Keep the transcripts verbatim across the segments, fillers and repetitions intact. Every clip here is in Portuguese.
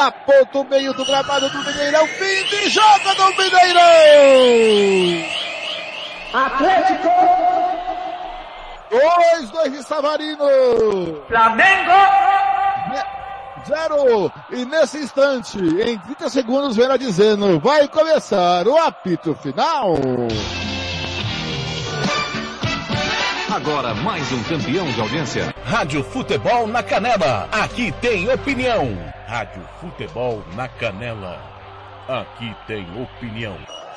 aponta o meio do gramado do Mineirão, fim de jogo do Mineirão! Atlético! Dois, dois de Savarino! Flamengo! Zero! E nesse instante, em trinta segundos, Vera dizendo, vai começar o apito final! Agora mais um campeão de audiência. Rádio Futebol na Canela. Aqui tem opinião. Rádio Futebol na Canela. Aqui tem opinião.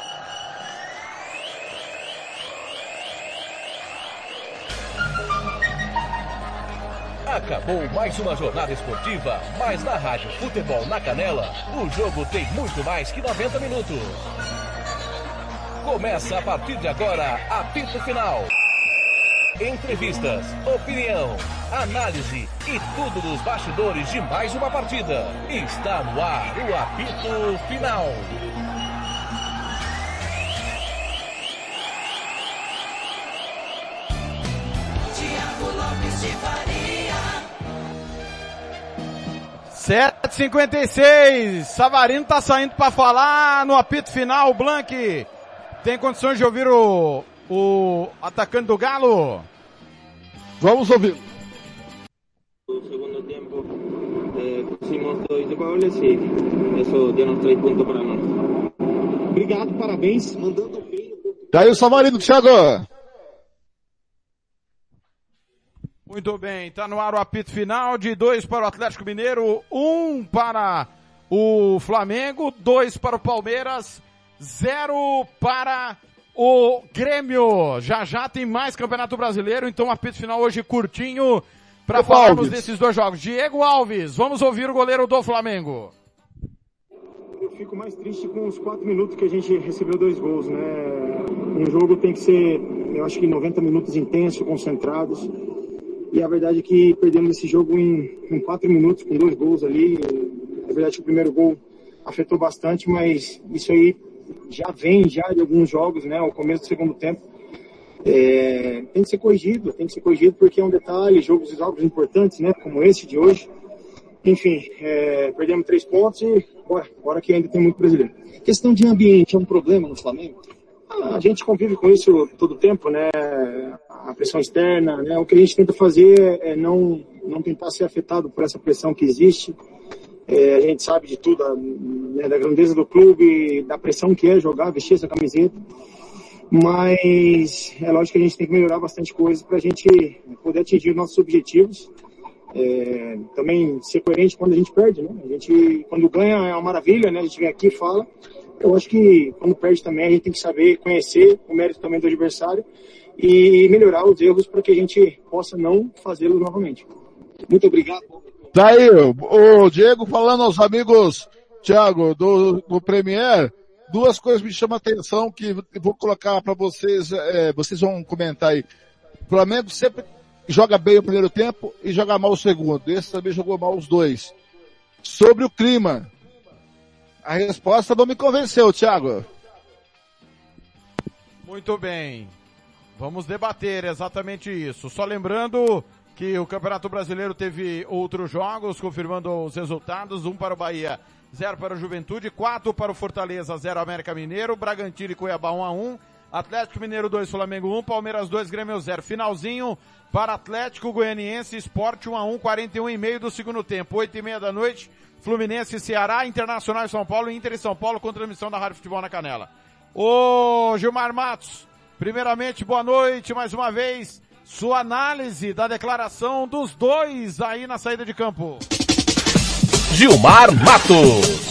Acabou mais uma jornada esportiva, mas na Rádio Futebol na Canela, o jogo tem muito mais que noventa minutos. Começa a partir de agora, apito final. Entrevistas, opinião, análise e tudo dos bastidores de mais uma partida. Está no ar o apito final. Thiago Lopes de Faria. sete e cinquenta e seis. Savarino tá saindo para falar no apito final. Blanc tem condições de ouvir o o atacante do Galo? Vamos ouvir. No segundo tempo, eh, pusimos dois goles e isso deu nos três pontos para nós. Obrigado, parabéns, mandando bem. Daí o Savarino, Thiago. Muito bem, tá no ar o apito final de dois para o Atlético Mineiro, um para o Flamengo, dois para o Palmeiras, zero para o Grêmio. Já já tem mais Campeonato Brasileiro, então apito final hoje curtinho para falarmos Alves. desses dois jogos. Diego Alves, vamos ouvir o goleiro do Flamengo. Eu fico mais triste com os quatro minutos que a gente recebeu dois gols, né? Um jogo tem que ser, eu acho que noventa minutos intensos, concentrados. E a verdade é que perdemos esse jogo em, em quatro minutos, com dois gols ali. A verdade é que o primeiro gol afetou bastante, mas isso aí já vem já de alguns jogos, né? O começo do segundo tempo. É, tem que ser corrigido, tem que ser corrigido porque é um detalhe, jogos jogos importantes, né? Como esse de hoje. Enfim, é, perdemos três pontos e bora, bora que ainda tem muito brasileiro. Questão de ambiente é um problema no Flamengo? Ah, a gente convive com isso todo o tempo, né? A pressão externa, né? O que a gente tenta fazer é não, não tentar ser afetado por essa pressão que existe. É, a gente sabe de tudo, né, da grandeza do clube, da pressão que é jogar, vestir essa camiseta. Mas é lógico que a gente tem que melhorar bastante coisa para a gente poder atingir os nossos objetivos. É, também ser coerente quando a gente perde, né? A gente, quando ganha é uma maravilha, né? A gente vem aqui e fala. Eu acho que quando perde também a gente tem que saber conhecer o mérito também do adversário e melhorar os erros para que a gente possa não fazê-los novamente. Muito obrigado. Daí, o Diego falando aos amigos, Thiago, do, do Premier, duas coisas me chamam a atenção que eu vou colocar para vocês, é, vocês vão comentar aí. O Flamengo sempre joga bem o primeiro tempo e joga mal o segundo. Esse também jogou mal os dois. Sobre o clima, a resposta não me convenceu, Thiago. Muito bem. Vamos debater exatamente isso. Só lembrando que o Campeonato Brasileiro teve outros jogos, confirmando os resultados. Um para o Bahia, zero para o Juventude, quatro para o Fortaleza, zero América Mineiro, Bragantino e Cuiabá um a um, Atlético Mineiro dois, Flamengo um, Palmeiras dois, Grêmio zero. Finalzinho para Atlético Goianiense, Sport um a um, quarenta e um e meio do segundo tempo, oito e meia da noite, Fluminense e Ceará, Internacional e São Paulo, Inter e São Paulo com transmissão da Rádio Futebol na Canela. Ô Gilmar Matos, primeiramente boa noite mais uma vez. Sua análise da declaração dos dois aí na saída de campo. Gilmar Matos.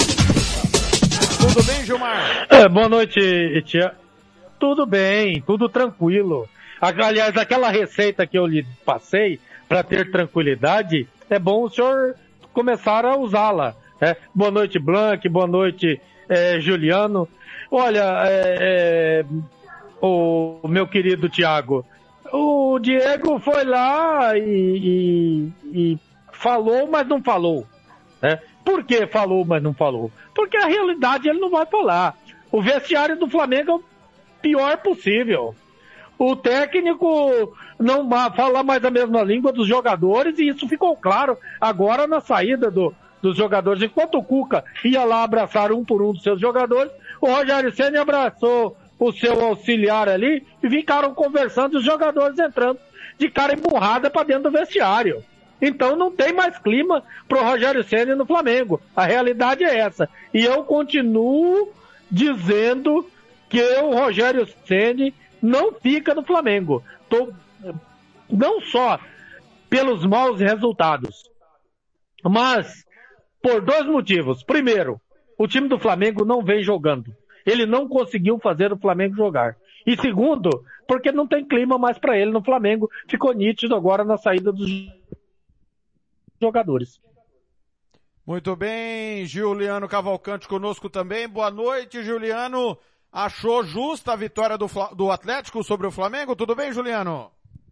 Tudo bem, Gilmar? É, boa noite, tia. Tudo bem, tudo tranquilo. Aliás, aquela receita que eu lhe passei para ter tranquilidade, é bom o senhor começar a usá-la. É, boa noite, Blanc, boa noite, é, Juliano. Olha, é, é, o, o meu querido Thiago, o Diego foi lá e, e, e falou, mas não falou. Né? Por que falou, mas não falou? Porque a realidade ele não vai falar. O vestiário do Flamengo é o pior possível. O técnico não fala mais a mesma língua dos jogadores e isso ficou claro agora na saída do, dos jogadores. Enquanto o Cuca ia lá abraçar um por um dos seus jogadores, o Rogério Ceni abraçou o seu auxiliar ali e ficaram conversando, os jogadores entrando de cara emburrada para dentro do vestiário. Então não tem mais clima pro Rogério Ceni no Flamengo. A realidade é essa. E eu continuo dizendo que o Rogério Ceni não fica no Flamengo. Tô, não só pelos maus resultados, mas por dois motivos. Primeiro, o time do Flamengo não vem jogando. Ele não conseguiu fazer o Flamengo jogar. E segundo, porque não tem clima mais para ele no Flamengo. Ficou nítido agora na saída dos jogadores. Muito bem, Juliano Cavalcante conosco também. Boa noite, Juliano. Achou justa a vitória do, do Atlético sobre o Flamengo? Tudo bem, Juliano?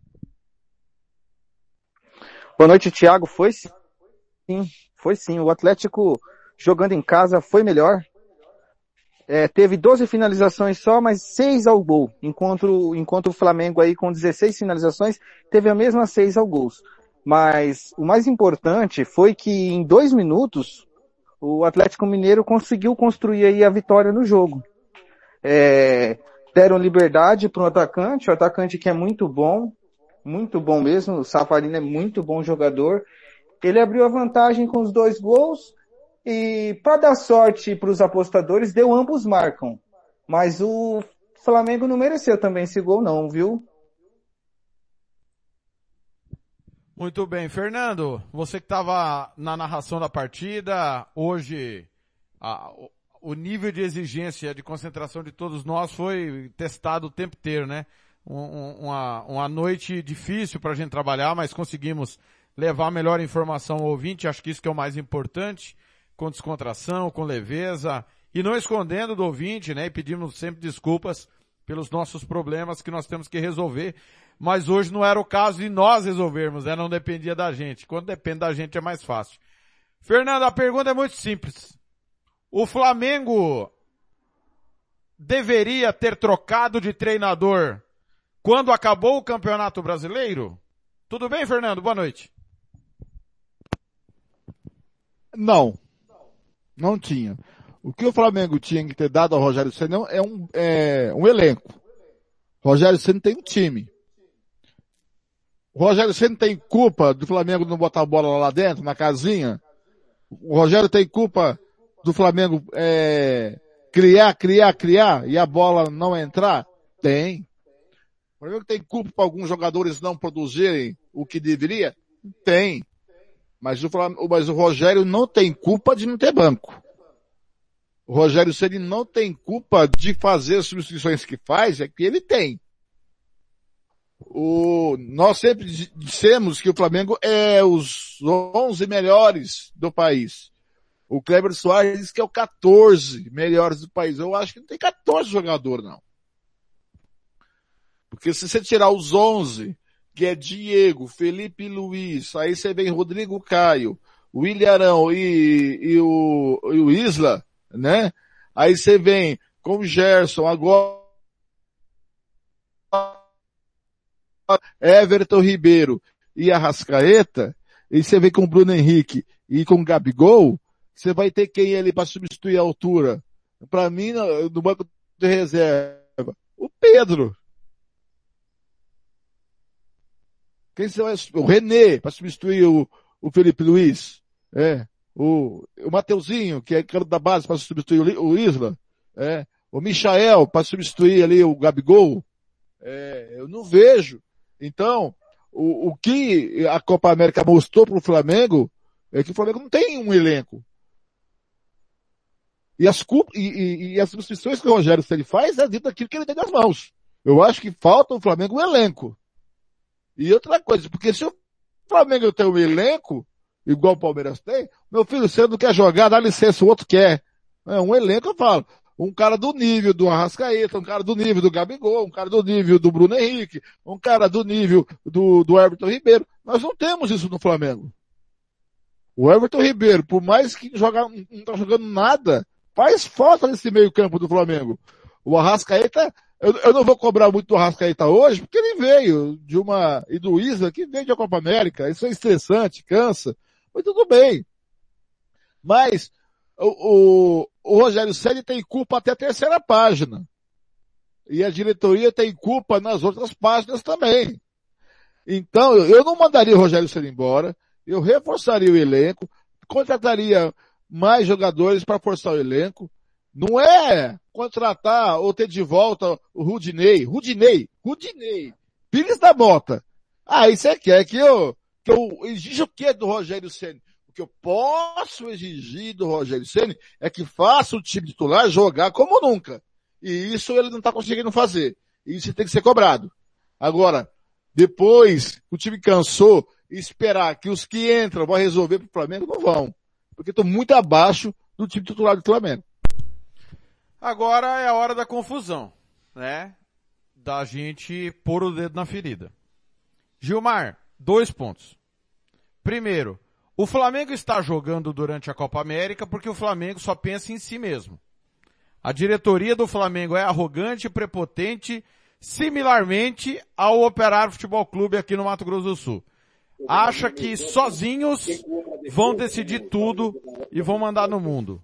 Boa noite, Thiago. Foi sim. Foi sim. O Atlético jogando em casa foi melhor. É, teve doze finalizações só, mas seis ao gol. Enquanto, enquanto o Flamengo aí com dezesseis finalizações teve a mesma seis ao gol. Mas o mais importante foi que em dois minutos o Atlético Mineiro conseguiu construir aí a vitória no jogo. É, deram liberdade para o atacante, o atacante que é muito bom, muito bom mesmo, o Savarino é muito bom jogador. Ele abriu a vantagem com os dois gols e para dar sorte para os apostadores, deu ambos marcam. Mas o Flamengo não mereceu também esse gol não, viu? Muito bem, Fernando, você que estava na narração da partida, hoje a, o nível de exigência, de concentração de todos nós foi testado o tempo inteiro, né? Um, um, uma, uma noite difícil para a gente trabalhar, mas conseguimos levar a melhor informação ao ouvinte, acho que isso que é o mais importante, com descontração, com leveza, e não escondendo do ouvinte, né? E pedimos sempre desculpas pelos nossos problemas que nós temos que resolver. Mas hoje não era o caso de nós resolvermos, né? Não dependia da gente. Quando depende da gente é mais fácil. Fernando, a pergunta é muito simples. O Flamengo deveria ter trocado de treinador quando acabou o Campeonato Brasileiro? Tudo bem, Fernando? Boa noite. Não. Não tinha. O que o Flamengo tinha que ter dado ao Rogério Ceni é um, é um elenco. O Rogério Ceni tem um time. O Rogério Ceni tem culpa do Flamengo não botar a bola lá dentro, na casinha? O Rogério tem culpa do Flamengo é, criar, criar, criar e a bola não entrar? Tem. O Flamengo tem culpa para alguns jogadores não produzirem o que deveria? Tem. Mas o, Flamengo, mas o Rogério não tem culpa de não ter banco. O Rogério Ceni não tem culpa de fazer as substituições que faz, é que ele tem. O, nós sempre dissemos que o Flamengo é os onze melhores do país. O Kleber Soares diz que é o quatorze melhores do país. Eu acho que não tem quatorze jogadores, não. Porque se você tirar os onze, que é Diego, Felipe Luiz, aí você vem Rodrigo Caio, o Ilharão e, e, o, e o Isla, né? Aí você vem com o Gerson, agora Everton Ribeiro e Arrascaeta, e você vem com o Bruno Henrique e com o Gabigol, você vai ter quem ali para substituir a altura? Para mim, no, no banco de reserva, o Pedro. Quem você vai, o René, para substituir o, o Felipe Luiz. É. O, o Mateuzinho, que é cara da base, para substituir o, o Isla. É. O Michael, para substituir ali o Gabigol. É, eu não vejo. Então, o, o que a Copa América mostrou para o Flamengo é que o Flamengo não tem um elenco. E as, e, e, e as substituições que o Rogério Ceni faz é dentro daquilo que ele tem nas mãos. Eu acho que falta o Flamengo um elenco. E outra coisa, porque se o Flamengo tem um elenco, igual o Palmeiras tem, meu filho, você não quer jogar, dá licença, o outro quer. É um elenco, eu falo. Um cara do nível do Arrascaeta, um cara do nível do Gabigol, um cara do nível do Bruno Henrique, um cara do nível do, do Everton Ribeiro. Nós não temos isso no Flamengo. O Everton Ribeiro, por mais que joga, não tá jogando nada, faz falta nesse meio campo do Flamengo. O Arrascaeta, eu, eu não vou cobrar muito do Arrascaeta hoje, porque ele veio de uma, e do Isla, que veio da Copa América. Isso é estressante, cansa. Mas tudo bem. Mas o, o, o Rogério Ceni tem culpa até a terceira página. E a diretoria tem culpa nas outras páginas também. Então, eu não mandaria o Rogério Ceni embora, eu reforçaria o elenco, contrataria mais jogadores para forçar o elenco. Não é contratar ou ter de volta o Rudinei, Rudinei, Rudinei, Pires da Mota. Aí você quer que eu, que eu exija o quê do Rogério Ceni? O que eu posso exigir do Rogério Ceni é que faça o time titular jogar como nunca. E isso ele não está conseguindo fazer. Isso tem que ser cobrado. Agora, depois o time cansou, esperar que os que entram vão resolver para o Flamengo, não vão. Porque estão muito abaixo do time titular do Flamengo. Agora é a hora da confusão, né? Da gente pôr o dedo na ferida. Gilmar, dois pontos. Primeiro, o Flamengo está jogando durante a Copa América porque o Flamengo só pensa em si mesmo. A diretoria do Flamengo é arrogante e prepotente, similarmente ao Operário Futebol Clube aqui no Mato Grosso do Sul. Acha que sozinhos vão decidir tudo e vão mandar no mundo.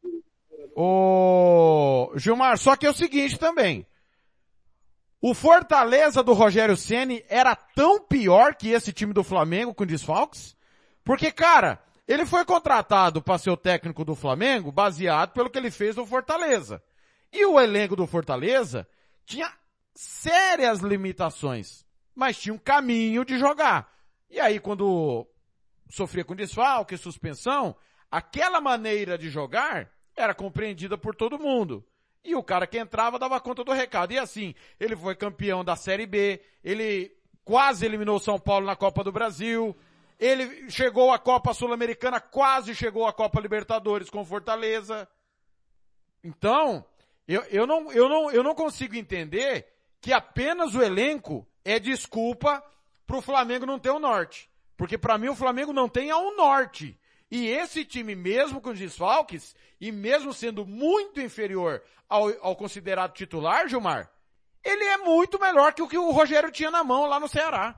Ô, Gilmar, só que é o seguinte também. O Fortaleza do Rogério Ceni era tão pior que esse time do Flamengo com desfalques? Porque, cara, ele foi contratado para ser o técnico do Flamengo baseado pelo que ele fez no Fortaleza. E o elenco do Fortaleza tinha sérias limitações, mas tinha um caminho de jogar. E aí, quando sofria com desfalque, suspensão, aquela maneira de jogar era compreendida por todo mundo. E o cara que entrava dava conta do recado. E assim, ele foi campeão da Série B, ele quase eliminou o São Paulo na Copa do Brasil, ele chegou à Copa Sul-Americana, quase chegou à Copa Libertadores com Fortaleza. Então, eu, eu, não, eu, não, eu não consigo entender que apenas o elenco é desculpa pro Flamengo não ter o norte. Porque para mim o Flamengo não tem um norte. E esse time, mesmo com os desfalques, e mesmo sendo muito inferior ao, ao considerado titular, Gilmar, ele é muito melhor que o que o Rogério tinha na mão lá no Ceará.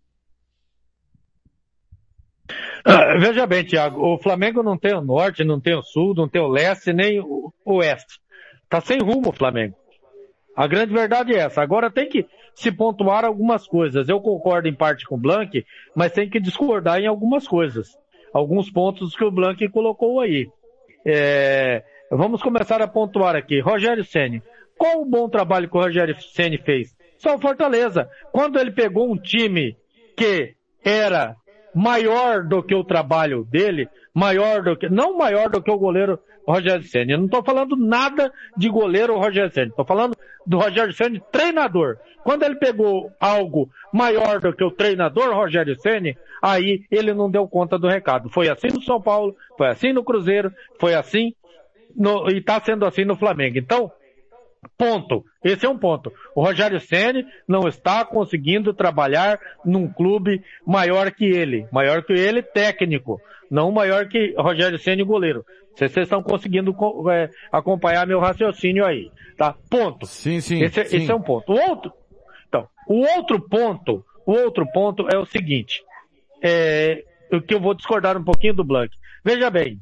Ah, veja bem, Thiago, o Flamengo não tem o norte, não tem o sul, não tem o leste, nem o oeste. Tá sem rumo o Flamengo. A grande verdade é essa. Agora tem que se pontuar algumas coisas. Eu concordo em parte com o Blanc, mas tem que discordar em algumas coisas. Alguns pontos que o Blanc colocou aí. É, vamos começar a pontuar aqui. Rogério Ceni. Qual o bom trabalho que o Rogério Ceni fez? Só o Fortaleza. Quando ele pegou um time que era maior do que o trabalho dele, maior do que, não maior do que o goleiro Rogério Ceni. Eu não estou falando nada de goleiro Rogério Ceni. Estou falando do Rogério Ceni treinador. Quando ele pegou algo maior do que o treinador Rogério Ceni, aí ele não deu conta do recado. Foi assim no São Paulo, foi assim no Cruzeiro, foi assim no, e está sendo assim no Flamengo. Então, ponto. Esse é um ponto. O Rogério Ceni não está conseguindo trabalhar num clube maior que ele. Maior que ele técnico. Não maior que Rogério Ceni goleiro. Vocês estão conseguindo é, acompanhar meu raciocínio aí. Tá? Ponto. Sim, sim. Esse, sim. esse é um ponto. O outro, então, o outro ponto, o outro ponto é o seguinte. É, o que eu vou discordar um pouquinho do Blanc. Veja bem.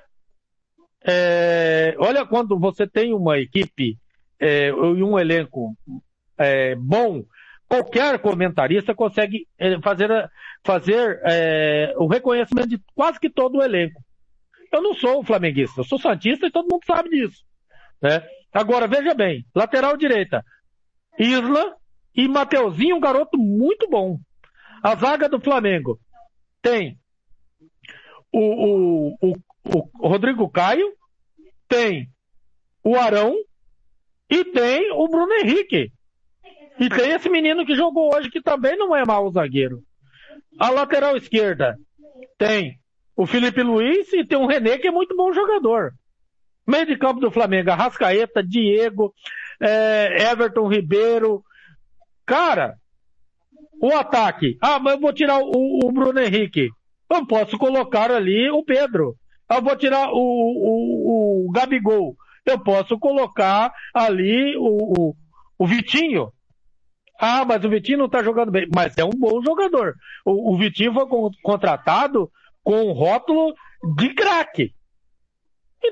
É, olha quando você tem uma equipe e é, um elenco é, bom, qualquer comentarista consegue é, fazer, fazer é, o reconhecimento de quase que todo o elenco. Eu não sou flamenguista, eu sou santista e todo mundo sabe disso. Né? Agora, veja bem, lateral direita, Isla e Mateuzinho, um garoto muito bom. A zaga do Flamengo tem o, o, o, o Rodrigo Caio, tem o Arão, e tem o Bruno Henrique. E tem esse menino que jogou hoje, que também não é mau zagueiro. A lateral esquerda tem o Felipe Luiz e tem o René, que é muito bom jogador. Meio de campo do Flamengo, Arrascaeta, Diego, é, Everton Ribeiro. Cara, o ataque. Ah, mas eu vou tirar o, o Bruno Henrique. Eu posso colocar ali o Pedro. Eu vou tirar o, o, o Gabigol. Eu posso colocar ali o, o, o Vitinho. Ah, mas o Vitinho não está jogando bem. Mas é um bom jogador. O, o Vitinho foi con- contratado com um rótulo de craque.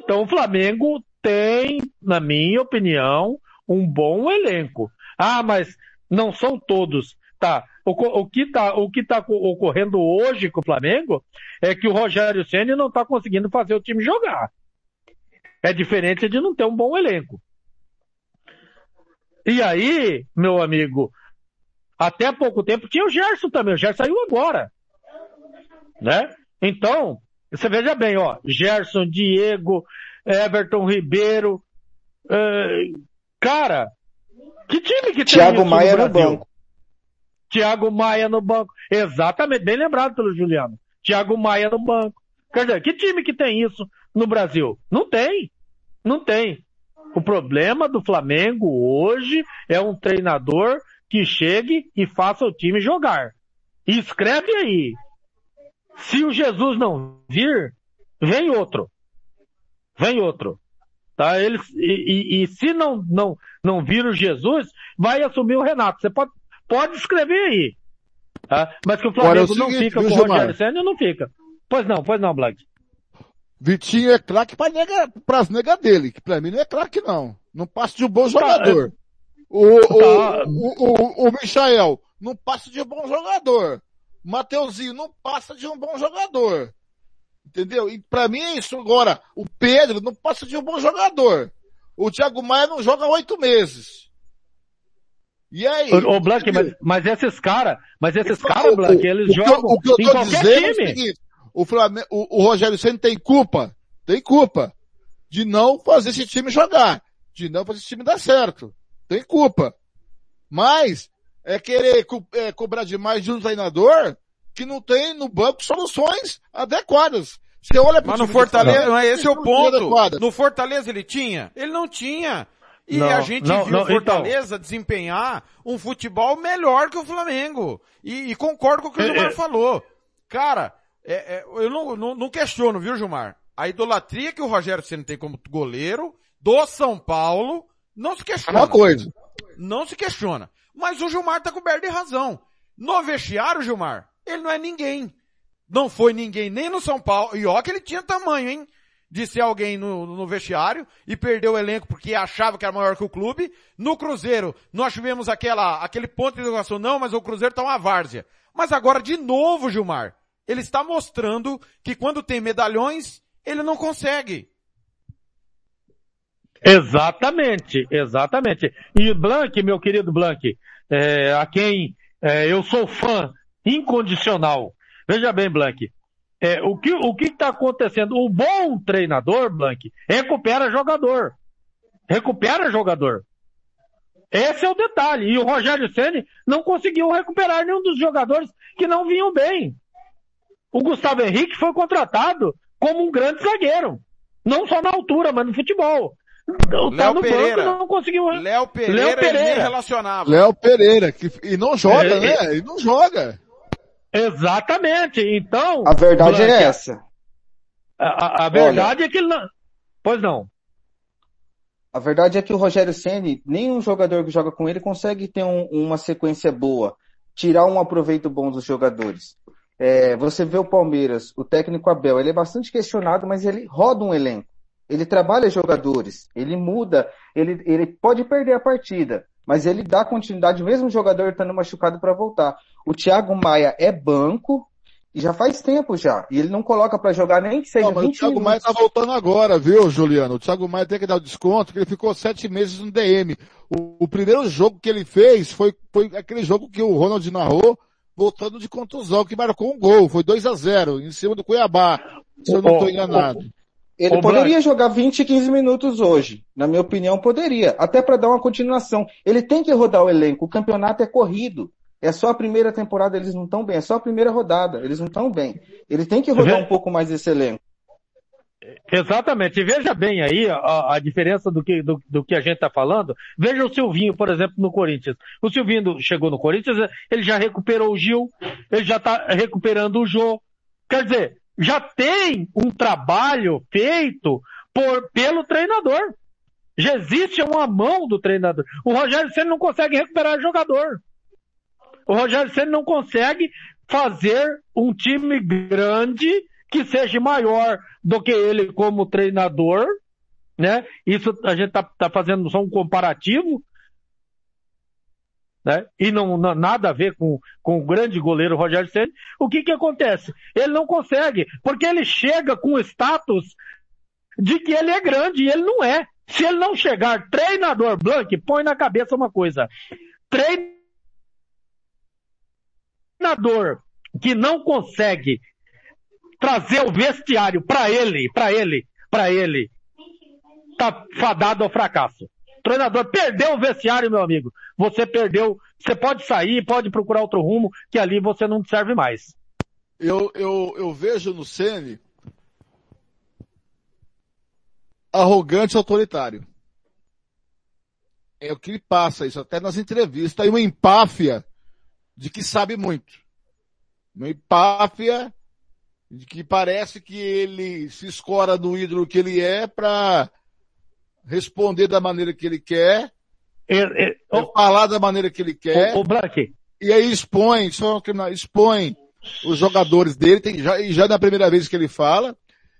Então o Flamengo tem, na minha opinião, um bom elenco. Ah, mas não são todos. Tá. O, o que tá, o que tá ocorrendo hoje com o Flamengo é que o Rogério Ceni não tá conseguindo fazer o time jogar. É diferente de não ter um bom elenco. E aí, meu amigo, até pouco tempo tinha o Gerson também. O Gerson saiu agora. Né? Então, você veja bem, ó, Gerson, Diego, Everton Ribeiro, é, cara, que time que tem Thiago isso Maia no no Brasil? banco. Thiago Maia no banco. Exatamente, bem lembrado pelo Juliano. Thiago Maia no banco. Quer dizer, que time que tem isso no Brasil? Não tem. Não tem. O problema do Flamengo hoje é um treinador que chegue e faça o time jogar. E escreve aí. Se o Jesus não vir, vem outro. Vem outro. Tá? Eles, e, e, e se não, não, não vir o Jesus, vai assumir o Renato. Você pode, pode escrever aí. Tá? Mas que o Flamengo Agora, é o não seguinte, fica viu, com o Gilmar? Rogério Ceni, não fica. Pois não, pois não, Blanc. Vitinho é craque para nega, pras negas dele, que pra mim não é craque não. Não passa de um bom jogador. Tá, o, tá. o, o, o, o Michael não passa de um bom jogador. O Mateuzinho não passa de um bom jogador. Entendeu? E pra mim é isso. Agora, o Pedro não passa de um bom jogador. O Thiago Maia não joga há oito meses. E aí? Ô, Blanc, mas, mas esses caras, mas esses caras, Blanc, eles o, jogam o, o que eu em tô qualquer dizendo é o time. seguinte, o, Flamengo, o, o Rogério Ceni tem culpa, tem culpa de não fazer esse time jogar, de não fazer esse time dar certo. Tem culpa. Mas é querer co é, cobrar demais de um treinador que não tem no banco soluções adequadas. Você olha pro Mas no time do Fortaleza, Flamengo, não é esse é o soluções ponto. adequadas. No Fortaleza ele tinha? Ele não tinha. E Não, a gente não, viu não, o Fortaleza desempenhar um futebol melhor que o Flamengo. E, e concordo com o que o É, Gilmar é. falou. Cara, é, é, eu não, não, não questiono, viu, Gilmar? A idolatria que o Rogério Ceni tem como goleiro do São Paulo não se questiona. Uma coisa. Não se questiona. Mas o Gilmar tá coberto de razão. No vestiário, Gilmar, ele não é ninguém. Não foi ninguém nem no São Paulo. E ó que ele tinha tamanho, hein? De ser alguém no, no vestiário e perdeu o elenco porque achava que era maior que o clube. No Cruzeiro, nós tivemos aquela, aquele ponto de interrogação, não, mas o Cruzeiro tá uma várzea. Mas agora, de novo, Gilmar, ele está mostrando que quando tem medalhões, ele não consegue. Exatamente, exatamente. E Blanc, meu querido Blanc, é, a quem é, eu sou fã incondicional. Veja bem, Blanc, é, o que o que está acontecendo? O bom treinador, Blanc, recupera jogador. Recupera jogador. Esse é o detalhe. E o Rogério Ceni não conseguiu recuperar nenhum dos jogadores que não vinham bem. O Gustavo Henrique foi contratado como um grande zagueiro. Não só na altura, mas no futebol. Tá Léo no Pereira. banco, não conseguiu. Léo Pereira, Léo ele Pereira. nem relacionava. Léo Pereira, que, e não joga, É, né? E não joga. Exatamente. Então. A verdade Blanc, é essa. A, a- a verdade é que ele não. Pois não. A verdade é que o Rogério Ceni, nenhum jogador que joga com ele consegue ter um- uma sequência boa, tirar um aproveito bom dos jogadores. É, você vê o Palmeiras, o técnico Abel, ele é bastante questionado, mas ele roda um elenco. Ele trabalha jogadores, ele muda, ele, ele pode perder a partida, mas ele dá continuidade mesmo o jogador estando machucado para voltar. O Thiago Maia é banco, e já faz tempo já, e ele não coloca para jogar nem que seja Não, mas o vinte Thiago Maia minutos. tá voltando agora, viu, Juliano? O Thiago Maia tem que dar o desconto, que ele ficou sete meses no D M. O, o primeiro jogo que ele fez foi, foi aquele jogo que o Ronald narrou, voltando de contusão, que marcou um gol. Foi dois a zero, em cima do Cuiabá, se eu não estou enganado. Ele Ô, poderia jogar vinte, quinze minutos hoje. Na minha opinião, poderia. Até para dar uma continuação. Ele tem que rodar o elenco. O campeonato é corrido. É só a primeira temporada, eles não estão bem. É só a primeira rodada, eles não estão bem. Ele tem que rodar Vê- um pouco mais esse elenco. Exatamente. E veja bem aí a, a diferença do que, do, do que a gente está falando. Veja o Silvinho, por exemplo, no Corinthians. O Silvinho chegou no Corinthians, ele já recuperou o Gil, ele já está recuperando o Jô. Quer dizer, já tem um trabalho feito por, pelo treinador. Já existe uma mão do treinador. O Rogério Ceni não consegue recuperar jogador. O Rogério Ceni não consegue fazer um time grande que seja maior do que ele como treinador, né? Isso a gente tá, tá fazendo só um comparativo, né? E não, não nada a ver com, com o grande goleiro Rogério Ceni. O que que acontece? Ele não consegue, porque ele chega com o status de que ele é grande e ele não é. Se ele não chegar treinador Blanc, põe na cabeça uma coisa. Treinador que não consegue trazer o vestiário para ele, para ele, para ele, tá fadado ao fracasso. Treinador perdeu o vestiário, meu amigo. Você perdeu, você pode sair, pode procurar outro rumo, que ali você não serve mais. Eu, eu, eu vejo no Ceni arrogante e autoritário. É o que ele passa, isso até nas entrevistas, e uma empáfia de que sabe muito. Uma empáfia de que parece que ele se escora no ídolo que ele é para responder da maneira que ele quer, é, é, oh, falar da maneira que ele quer, oh, oh, e aí expõe, só expõe os jogadores dele, tem, já, já é na primeira vez que ele fala,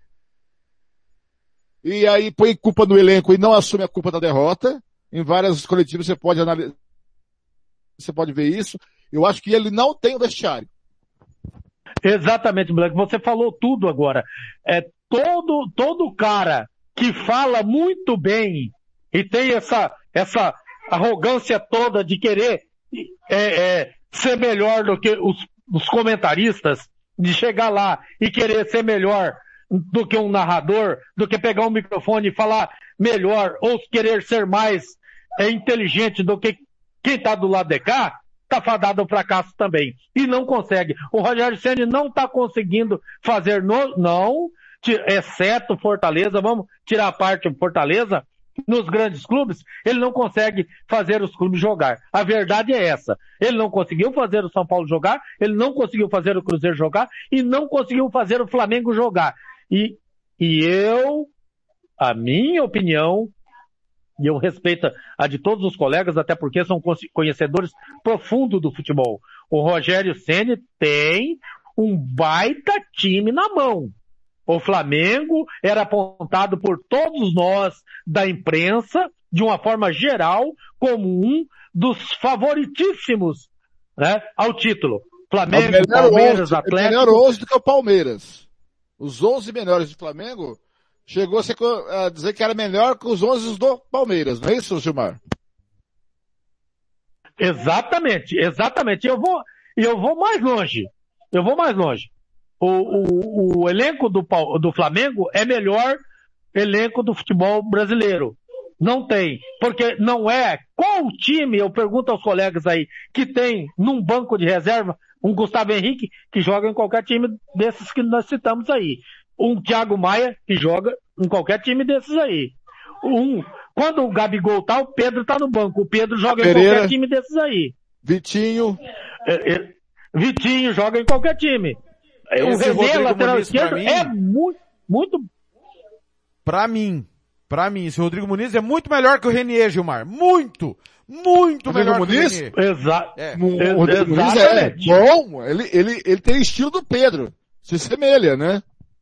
e aí põe culpa no elenco e não assume a culpa da derrota. Em várias coletivas você pode analisar, você pode ver isso. Eu acho que ele não tem o vestiário. Exatamente, Blanco. Você falou tudo agora. É todo, todo cara que fala muito bem e tem essa, essa arrogância toda de querer é, é, ser melhor do que os, os comentaristas, de chegar lá e querer ser melhor do que um narrador, do que pegar um microfone e falar melhor, ou querer ser mais é, inteligente do que quem está do lado de cá, está fadado ao fracasso também. E não consegue. O Rogério Ceni não está conseguindo fazer, no, não, exceto Fortaleza, vamos tirar a parte de Fortaleza, nos grandes clubes, ele não consegue fazer os clubes jogar. A verdade é essa. Ele não conseguiu fazer o São Paulo jogar, ele não conseguiu fazer o Cruzeiro jogar, e não conseguiu fazer o Flamengo jogar. E, e eu, a minha opinião, e eu respeito a de todos os colegas, até porque são conhecedores profundos do futebol. O Rogério Ceni tem um baita time na mão. O Flamengo era apontado por todos nós da imprensa, de uma forma geral, como um dos favoritíssimos, né, ao título. Flamengo, é Palmeiras, onze, Atlético... É melhor onze do que o Palmeiras. Os onze melhores do Flamengo chegou a, ser, a dizer que era melhor que os onze do Palmeiras, não é isso, Gilmar? Exatamente, exatamente. Eu vou, eu vou mais longe. Eu vou mais longe. O, o, o elenco do, do Flamengo é melhor elenco do futebol brasileiro. Não tem. Porque não é. Qual o time, eu pergunto aos colegas aí, que tem num banco de reserva um Gustavo Henrique que joga em qualquer time desses que nós citamos aí. Um Thiago Maia que joga em qualquer time desses aí. Um, quando o Gabigol tá, o Pedro tá no banco. O Pedro joga Pereira, em qualquer time desses aí. Vitinho. É, é, Vitinho joga em qualquer time. Esse o René, lateral esquerdo, é muito, muito... Pra mim, pra mim, esse Rodrigo Muniz é muito melhor que o Renier, Gilmar. Muito, muito Rodrigo melhor Muniz? que o Renier. Exato. É. O Rodrigo Muniz é bom, ele, ele, ele tem estilo do Pedro. Se semelha, né?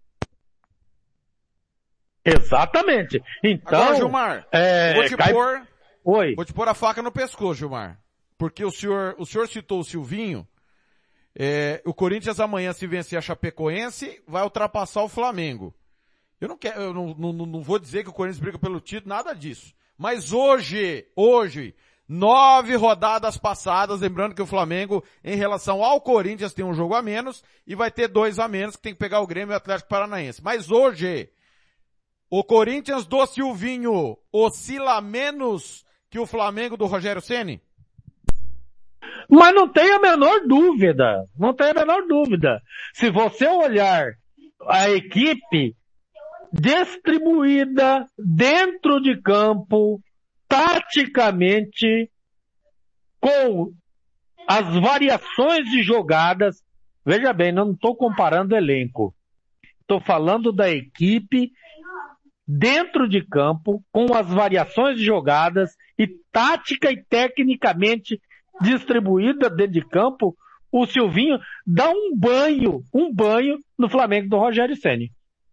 Exatamente. Então, agora, Gilmar, é... vou te cai... pôr, Oi. vou te pôr a faca no pescoço, Gilmar. Porque o senhor, o senhor citou o Silvinho. É, o Corinthians amanhã, se vencer a Chapecoense, vai ultrapassar o Flamengo. Eu não quero, eu não, não, não vou dizer que o Corinthians briga pelo título, nada disso. Mas hoje, hoje, nove rodadas passadas, lembrando que o Flamengo, em relação ao Corinthians, tem um jogo a menos e vai ter dois a menos, que tem que pegar o Grêmio e o Atlético Paranaense. Mas hoje, o Corinthians do Silvinho oscila menos que o Flamengo do Rogério Ceni? Mas não tem a menor dúvida, não tem a menor dúvida. Se você olhar a equipe distribuída dentro de campo, taticamente, com as variações de jogadas, veja bem, não estou comparando elenco. Estou falando da equipe dentro de campo, com as variações de jogadas e tática e tecnicamente distribuída dentro de campo, o Silvinho dá um banho, um banho no Flamengo do Rogério Ceni.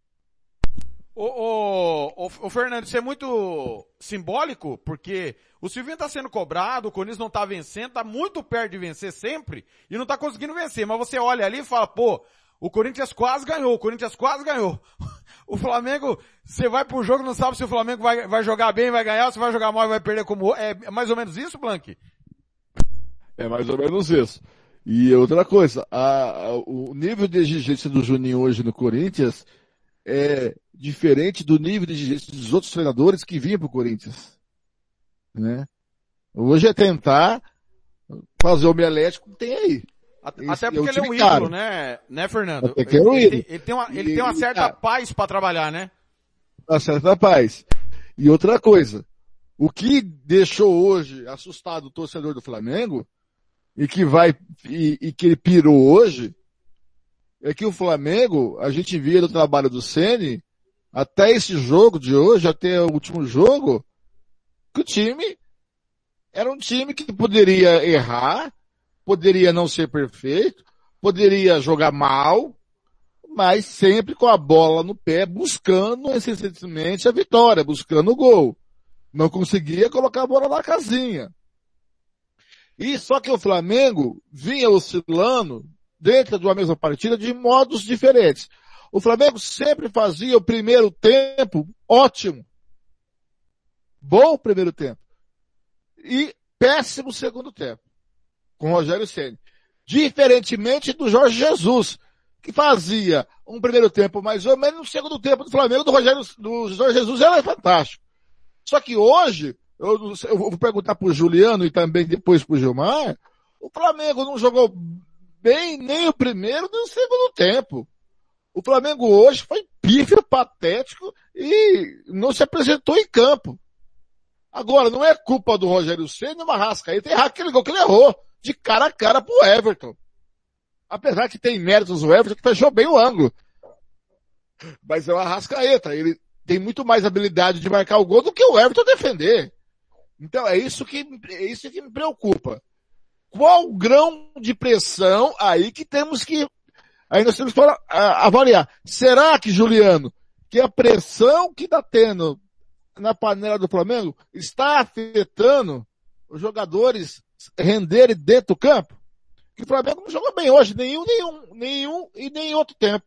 Ô, ô, ô, ô, Fernando, isso é muito simbólico, porque o Silvinho tá sendo cobrado, o Corinthians não tá vencendo, tá muito perto de vencer sempre, e não tá conseguindo vencer, mas você olha ali e fala, pô, o Corinthians quase ganhou, o Corinthians quase ganhou. O Flamengo, você vai pro jogo, não sabe se o Flamengo vai, vai jogar bem, vai ganhar, ou se vai jogar mal e vai perder como... É, é mais ou menos isso, Blank? É mais ou menos isso. E outra coisa, a, a, o nível de exigência do Juninho hoje no Corinthians é diferente do nível de exigência dos outros treinadores que vinham pro Corinthians. Né? Hoje é tentar fazer o omelete que tem aí. Até porque ele é um ídolo, né, né, Fernando? Até que é um ídolo. Ele, ele, tem uma, ele tem uma certa e, paz para trabalhar, né? Uma certa paz. E outra coisa, o que deixou hoje assustado o torcedor do Flamengo, e que vai, e, e que ele pirou hoje, é que o Flamengo, a gente via no trabalho do Ceni, até esse jogo de hoje, até o último jogo, que o time era um time que poderia errar, poderia não ser perfeito, poderia jogar mal, mas sempre com a bola no pé, buscando incessantemente a vitória, buscando o gol. Não conseguia colocar a bola na casinha. E só que o Flamengo vinha oscilando dentro de uma mesma partida de modos diferentes. O Flamengo sempre fazia o primeiro tempo ótimo. Bom primeiro tempo. E péssimo segundo tempo. Com o Rogério Ceni. Diferentemente do Jorge Jesus, que fazia um primeiro tempo mais ou menos, no segundo tempo do Flamengo, do Rogério, do Jorge Jesus era fantástico. Só que hoje, eu, eu vou perguntar pro Juliano e também depois pro Gilmar, o Flamengo não jogou bem nem o primeiro nem o segundo tempo. O Flamengo hoje foi pífio, patético e não se apresentou em campo. Agora, não é culpa do Rogério Ceni, uma Arrascaeta errar aquele gol que ele errou, de cara a cara pro Everton. Apesar que tem méritos o Everton que fechou bem o ângulo. Mas é o Arrascaeta, ele tem muito mais habilidade de marcar o gol do que o Everton defender. Então é isso que, é isso que me preocupa. Qual o grão de pressão aí que temos que, aí nós temos que avaliar. Será que, Juliano, que a pressão que está tendo na panela do Flamengo está afetando os jogadores renderem dentro do campo? Que o Flamengo não jogou bem hoje, nenhum, nenhum, nenhum e nem outro tempo.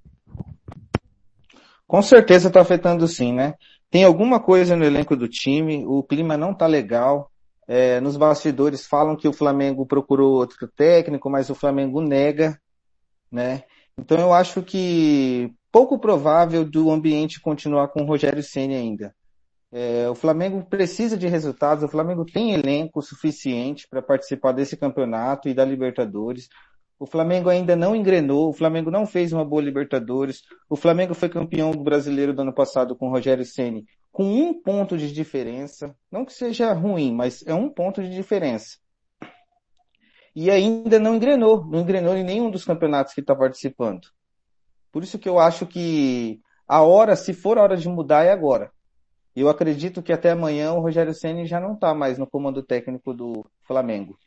Com certeza está afetando sim, né? Tem alguma coisa no elenco do time, o clima não tá legal. É, nos bastidores falam que o Flamengo procurou outro técnico, mas o Flamengo nega, né? Então eu acho que pouco provável do ambiente continuar com o Rogério Ceni ainda. É, o Flamengo precisa de resultados, o Flamengo tem elenco suficiente para participar desse campeonato e da Libertadores. O Flamengo ainda não engrenou, o Flamengo não fez uma boa Libertadores. O Flamengo foi campeão do Brasileiro do ano passado com o Rogério Ceni, com um ponto de diferença. Não que seja ruim, mas é um ponto de diferença. E ainda não engrenou, não engrenou em nenhum dos campeonatos que está participando. Por isso que eu acho que a hora, se for a hora de mudar, é agora. Eu acredito que até amanhã o Rogério Ceni já não está mais no comando técnico do Flamengo.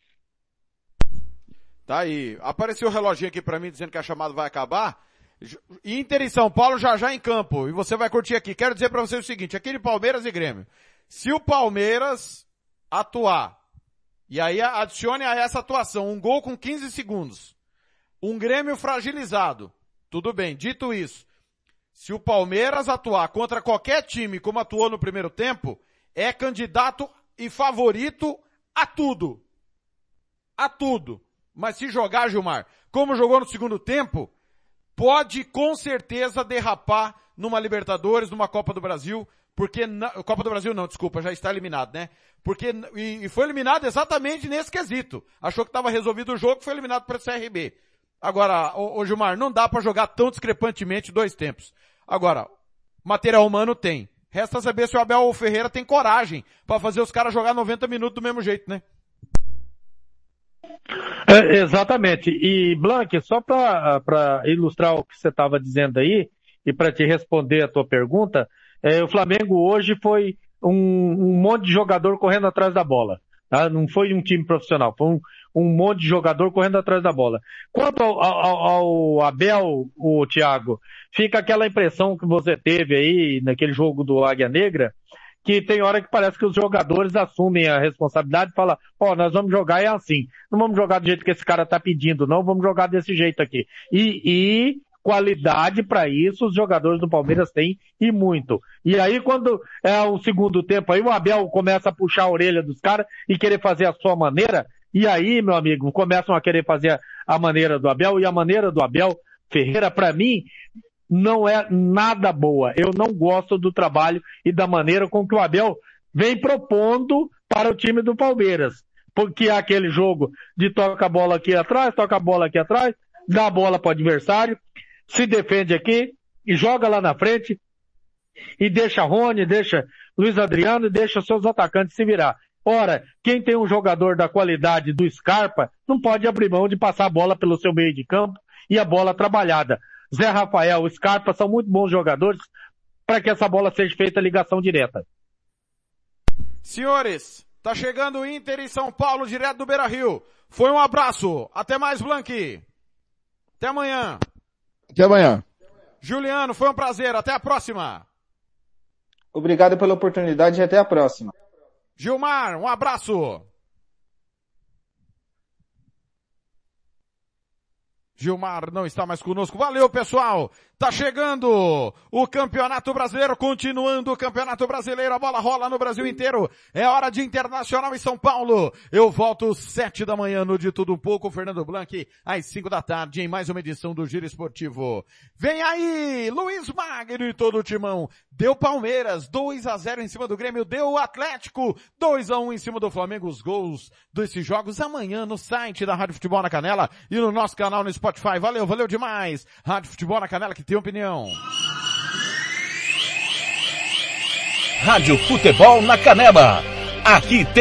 Tá aí. Apareceu o reloginho aqui pra mim dizendo que a chamada vai acabar. Inter e São Paulo já já em campo. E você vai curtir aqui. Quero dizer pra você o seguinte, aqui de Palmeiras e Grêmio. Se o Palmeiras atuar, e aí adicione a essa atuação um gol com quinze segundos, um Grêmio fragilizado, tudo bem. Dito isso, se o Palmeiras atuar contra qualquer time como atuou no primeiro tempo, é candidato e favorito a tudo. A tudo. Mas se jogar, Gilmar, como jogou no segundo tempo, pode com certeza derrapar numa Libertadores, numa Copa do Brasil, porque, na, Copa do Brasil não, desculpa, já está eliminado, né? Porque, e, e foi eliminado exatamente nesse quesito. Achou que estava resolvido o jogo, foi eliminado para o C R B. Agora, ô, ô Gilmar, não dá para jogar tão discrepantemente dois tempos. Agora, material humano tem. Resta saber se o Abel Ferreira tem coragem para fazer os caras jogar noventa minutos do mesmo jeito, né? É, exatamente. E, Blank, só para ilustrar o que você estava dizendo aí, e para te responder a tua pergunta, é, o Flamengo hoje foi um, um monte de jogador correndo atrás da bola. Tá? Não foi um time profissional, foi um, um monte de jogador correndo atrás da bola. Quanto ao, ao, ao Abel, o Thiago, fica aquela impressão que você teve aí naquele jogo do Águia Negra, que tem hora que parece que os jogadores assumem a responsabilidade e falam, ó, oh, nós vamos jogar é assim, não vamos jogar do jeito que esse cara tá pedindo, não, vamos jogar desse jeito aqui. E, e qualidade para isso os jogadores do Palmeiras têm, e muito. E aí quando é o segundo tempo aí, o Abel começa a puxar a orelha dos caras e querer fazer a sua maneira, e aí, meu amigo, começam a querer fazer a maneira do Abel, e a maneira do Abel Ferreira, para mim, não é nada boa. Eu não gosto do trabalho e da maneira com que o Abel vem propondo para o time do Palmeiras. Porque é aquele jogo de toca a bola aqui atrás, toca a bola aqui atrás, dá a bola para o adversário, se defende aqui e joga lá na frente e deixa Rony, deixa Luiz Adriano e deixa seus atacantes se virar. Ora, quem tem um jogador da qualidade do Scarpa não pode abrir mão de passar a bola pelo seu meio de campo e a bola trabalhada. Zé Rafael, Scarpa são muito bons jogadores para que essa bola seja feita ligação direta. Senhores, tá chegando o Inter em São Paulo, direto do Beira-Rio. Foi um abraço. Até mais, Blanqui. Até amanhã. Até amanhã. Juliano, foi um prazer. Até a próxima. Obrigado pela oportunidade e até a próxima. Gilmar, um abraço. Gilmar não está mais conosco. Valeu, pessoal. Tá chegando o Campeonato Brasileiro, continuando o Campeonato Brasileiro, a bola rola no Brasil inteiro. É hora de Internacional em São Paulo. Eu volto sete da manhã no De Tudo Um Pouco, Fernando Blanc, às cinco da tarde, em mais uma edição do Giro Esportivo. Vem aí, Luiz Magno e todo o timão. Deu Palmeiras, dois a zero em cima do Grêmio, deu Atlético, dois a um em cima do Flamengo. Os gols desses jogos amanhã no site da Rádio Futebol na Canela e no nosso canal no Spotify. Valeu, valeu demais. Rádio Futebol na Canela, que tem opinião. Rádio Futebol na Canela. Aqui tem